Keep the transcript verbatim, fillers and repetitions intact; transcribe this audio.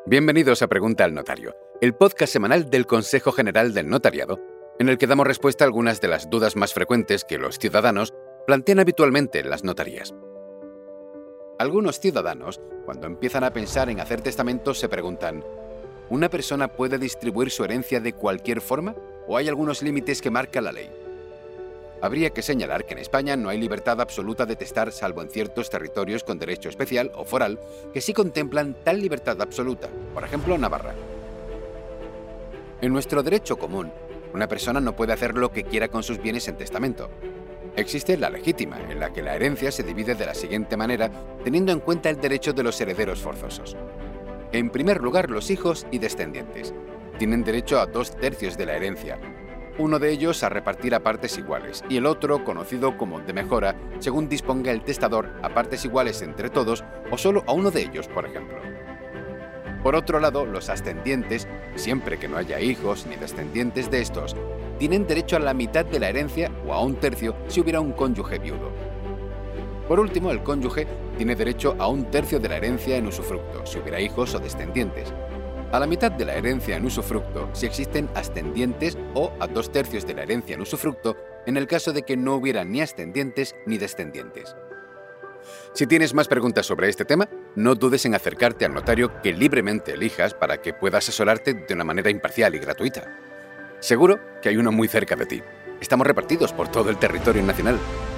Bienvenidos a Pregunta al Notario, el podcast semanal del Consejo General del Notariado, en el que damos respuesta a algunas de las dudas más frecuentes que los ciudadanos plantean habitualmente en las notarías. Algunos ciudadanos, cuando empiezan a pensar en hacer testamentos, se preguntan: ¿una persona puede distribuir su herencia de cualquier forma o hay algunos límites que marca la ley? Habría que señalar que en España no hay libertad absoluta de testar, salvo en ciertos territorios con derecho especial o foral que sí contemplan tal libertad absoluta, por ejemplo Navarra. En nuestro derecho común, una persona no puede hacer lo que quiera con sus bienes en testamento. Existe la legítima, en la que la herencia se divide de la siguiente manera, teniendo en cuenta el derecho de los herederos forzosos. En primer lugar, los hijos y descendientes. Tienen derecho a dos tercios de la herencia, uno de ellos a repartir a partes iguales y el otro, conocido como de mejora, según disponga el testador, a partes iguales entre todos o solo a uno de ellos, por ejemplo. Por otro lado, los ascendientes, siempre que no haya hijos ni descendientes de estos, tienen derecho a la mitad de la herencia o a un tercio si hubiera un cónyuge viudo. Por último, el cónyuge tiene derecho a un tercio de la herencia en usufructo, si hubiera hijos o descendientes, a la mitad de la herencia en usufructo si existen ascendientes o a dos tercios de la herencia en usufructo en el caso de que no hubiera ni ascendientes ni descendientes. Si tienes más preguntas sobre este tema, no dudes en acercarte al notario que libremente elijas para que pueda asesorarte de una manera imparcial y gratuita. Seguro que hay uno muy cerca de ti. Estamos repartidos por todo el territorio nacional.